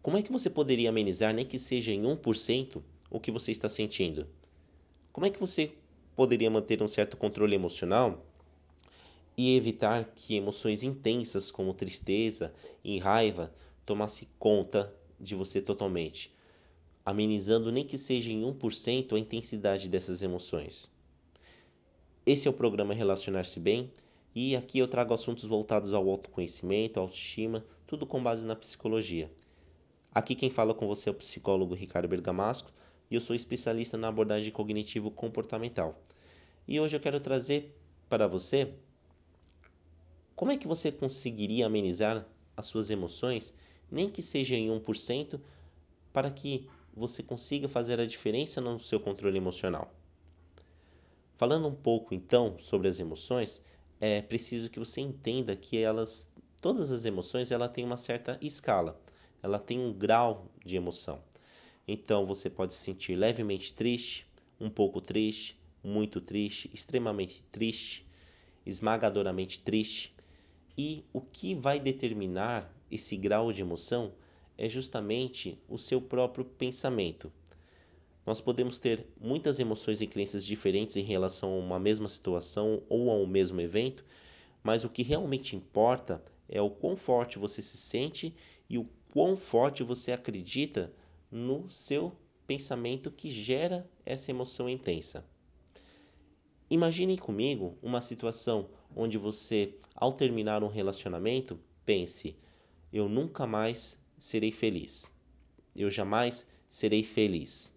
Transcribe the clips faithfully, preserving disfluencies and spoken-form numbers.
Como é que você poderia amenizar, nem que seja em um por cento, o que você está sentindo? Como é que você poderia manter um certo controle emocional e evitar que emoções intensas como tristeza e raiva tomasse conta de você totalmente, amenizando nem que seja em um por cento a intensidade dessas emoções? Esse é o programa Relacionar-se Bem, e aqui eu trago assuntos voltados ao autoconhecimento, autoestima, tudo com base na psicologia. Aqui quem fala com você é o psicólogo Ricardo Bergamasco e eu sou especialista na abordagem cognitivo-comportamental. E hoje eu quero trazer para você como é que você conseguiria amenizar as suas emoções, nem que seja em um por cento, para que você consiga fazer a diferença no seu controle emocional. Falando um pouco então sobre as emoções, é preciso que você entenda que elas, todas as emoções, ela tem uma certa escala, ela tem um grau de emoção. Então você pode se sentir levemente triste, um pouco triste, muito triste, extremamente triste, esmagadoramente triste. E o que vai determinar esse grau de emoção é justamente o seu próprio pensamento. Nós podemos ter muitas emoções e crenças diferentes em relação a uma mesma situação ou a um mesmo evento, mas o que realmente importa é o quão forte você se sente e o quão forte você acredita no seu pensamento que gera essa emoção intensa. Imagine comigo uma situação onde você, ao terminar um relacionamento, pense: eu nunca mais serei feliz. Eu jamais serei feliz.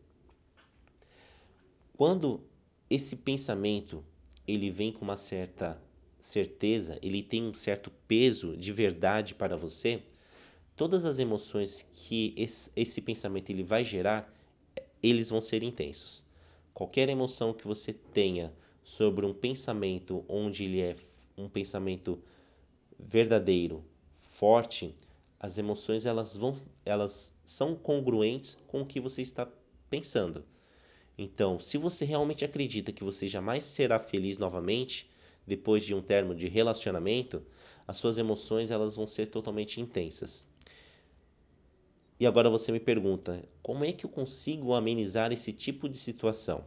Quando esse pensamento ele vem com uma certa certeza, ele tem um certo peso de verdade para você, todas as emoções que esse, esse pensamento ele vai gerar, eles vão ser intensos. Qualquer emoção que você tenha sobre um pensamento onde ele é um pensamento verdadeiro, forte, as emoções elas vão, elas são congruentes com o que você está pensando. Então, se você realmente acredita que você jamais será feliz novamente depois de um término de relacionamento, as suas emoções elas vão ser totalmente intensas. E agora você me pergunta, como é que eu consigo amenizar esse tipo de situação?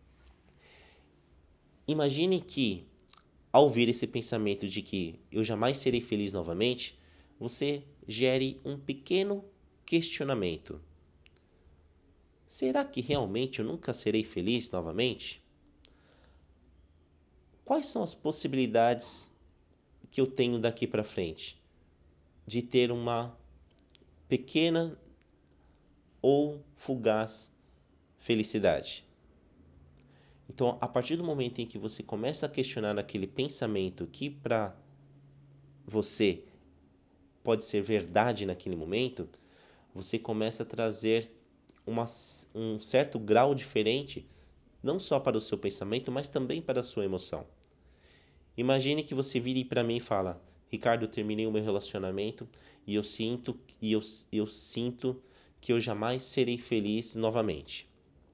Imagine que, ao ouvir esse pensamento de que eu jamais serei feliz novamente, você gere um pequeno questionamento. Será que realmente eu nunca serei feliz novamente? Quais são as possibilidades que eu tenho daqui para frente de ter uma pequena ou fugaz felicidade? Então, a partir do momento em que você começa a questionar aquele pensamento que para você pode ser verdade naquele momento, você começa a trazer uma, um certo grau diferente, não só para o seu pensamento, mas também para a sua emoção. Imagine que você vire para mim e fala: Ricardo, eu terminei o meu relacionamento e eu sinto, e eu, eu sinto que eu jamais serei feliz novamente.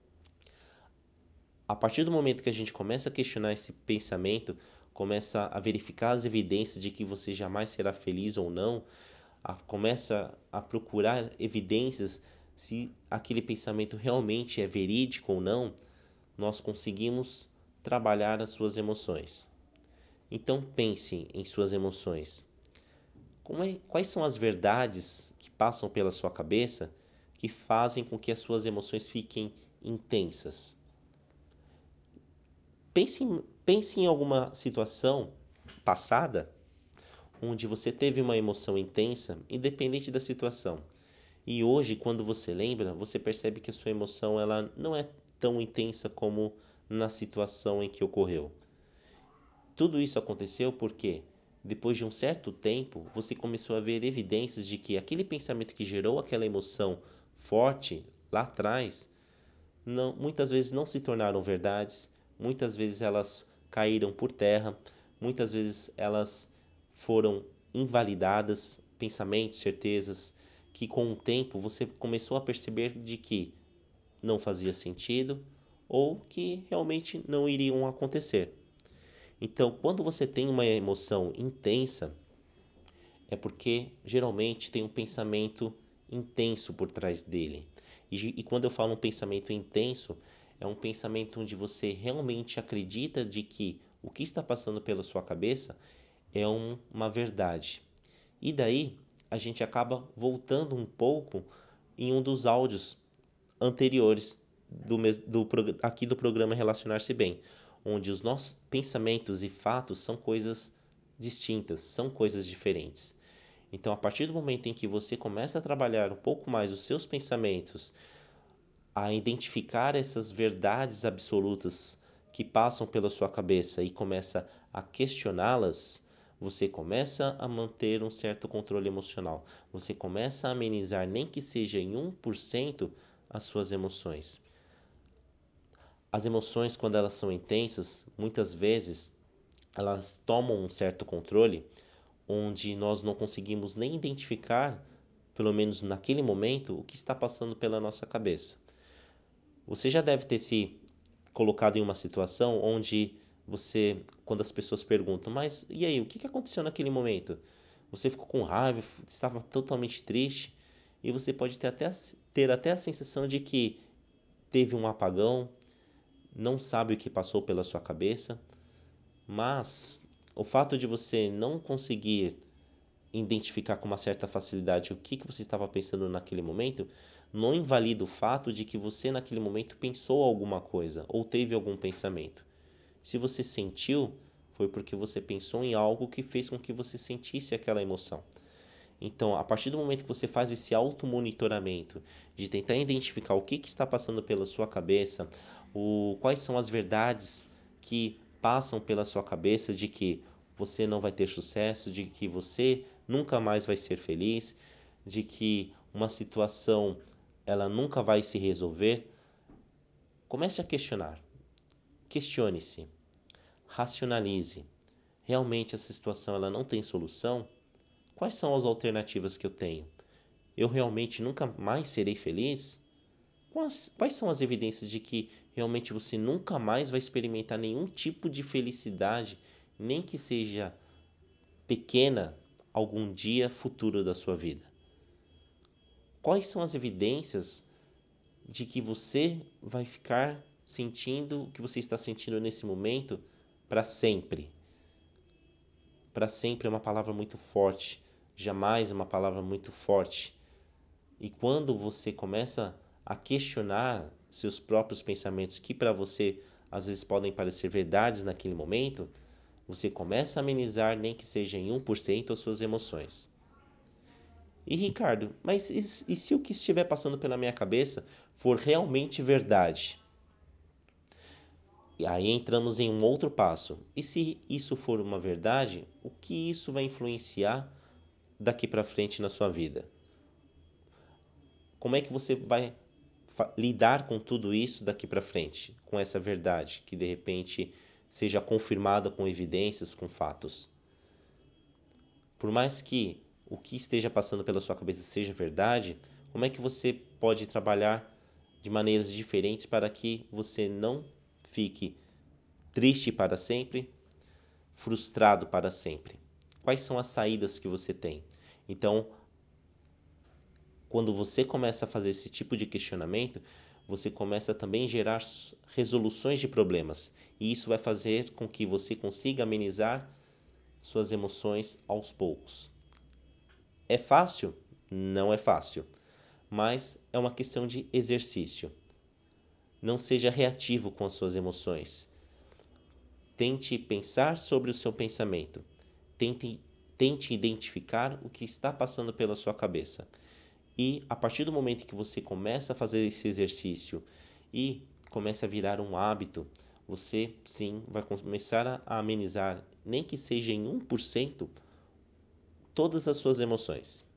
A partir do momento que a gente começa a questionar esse pensamento, começa a verificar as evidências de que você jamais será feliz ou não, a, começa a procurar evidências se aquele pensamento realmente é verídico ou não, nós conseguimos trabalhar as suas emoções. Então pense em suas emoções. Como é, quais são as verdades que passam pela sua cabeça que fazem com que as suas emoções fiquem intensas? Pense em, pense em alguma situação passada onde você teve uma emoção intensa, independente da situação. E hoje, quando você lembra, você percebe que a sua emoção ela não é tão intensa como na situação em que ocorreu. Tudo isso aconteceu porque, depois de um certo tempo, você começou a ver evidências de que aquele pensamento que gerou aquela emoção forte lá atrás, não, muitas vezes não se tornaram verdades, muitas vezes elas caíram por terra, muitas vezes elas foram invalidadas, pensamentos, certezas, que com o tempo você começou a perceber de que não fazia sentido ou que realmente não iriam acontecer. Então, quando você tem uma emoção intensa, é porque geralmente tem um pensamento intenso por trás dele. E, e quando eu falo um pensamento intenso, é um pensamento onde você realmente acredita de que o que está passando pela sua cabeça é um, uma verdade. E daí a gente acaba voltando um pouco em um dos áudios anteriores do, do, aqui do programa Relacionar-se Bem, onde os nossos pensamentos e fatos são coisas distintas, são coisas diferentes. Então, a partir do momento em que você começa a trabalhar um pouco mais os seus pensamentos, a identificar essas verdades absolutas que passam pela sua cabeça e começa a questioná-las, você começa a manter um certo controle emocional. Você começa a amenizar, nem que seja em um por cento, as suas emoções. As emoções, quando elas são intensas, muitas vezes elas tomam um certo controle, onde nós não conseguimos nem identificar, pelo menos naquele momento, o que está passando pela nossa cabeça. Você já deve ter se colocado em uma situação onde você, quando as pessoas perguntam, mas e aí, o que aconteceu naquele momento? Você ficou com raiva, estava totalmente triste, e você pode ter até, ter até a sensação de que teve um apagão, não sabe o que passou pela sua cabeça, mas o fato de você não conseguir identificar com uma certa facilidade o que, que você estava pensando naquele momento, não invalida o fato de que você naquele momento pensou alguma coisa ou teve algum pensamento. Se você sentiu, foi porque você pensou em algo que fez com que você sentisse aquela emoção. Então, a partir do momento que você faz esse automonitoramento, de tentar identificar o que, que está passando pela sua cabeça, o, quais são as verdades que passam pela sua cabeça de que você não vai ter sucesso, de que você nunca mais vai ser feliz, de que uma situação ela nunca vai se resolver, comece a questionar. Questione-se, racionalize. Realmente essa situação ela não tem solução? Quais são as alternativas que eu tenho? Eu realmente nunca mais serei feliz? Quais, quais são as evidências de que realmente você nunca mais vai experimentar nenhum tipo de felicidade, nem que seja pequena, algum dia futuro da sua vida? Quais são as evidências de que você vai ficar sentindo o que você está sentindo nesse momento para sempre? Para sempre é uma palavra muito forte, jamais é uma palavra muito forte. E quando você começa a questionar seus próprios pensamentos, que para você às vezes podem parecer verdades naquele momento, você começa a amenizar, nem que seja em um por cento, as suas emoções. E Ricardo, mas e, e se o que estiver passando pela minha cabeça for realmente verdade? E aí entramos em um outro passo. E se isso for uma verdade, o que isso vai influenciar daqui para frente na sua vida? Como é que você vai lidar com tudo isso daqui para frente, com essa verdade que de repente seja confirmada com evidências, com fatos? Por mais que o que esteja passando pela sua cabeça seja verdade, como é que você pode trabalhar de maneiras diferentes para que você não fique triste para sempre, frustrado para sempre? Quais são as saídas que você tem? Então, quando você começa a fazer esse tipo de questionamento, você começa também a gerar resoluções de problemas. E isso vai fazer com que você consiga amenizar suas emoções aos poucos. É fácil? Não é fácil. Mas é uma questão de exercício. Não seja reativo com as suas emoções. Tente pensar sobre o seu pensamento. Tente, tente identificar o que está passando pela sua cabeça. E a partir do momento que você começa a fazer esse exercício e começa a virar um hábito, você sim vai começar a amenizar, nem que seja em um por cento, todas as suas emoções.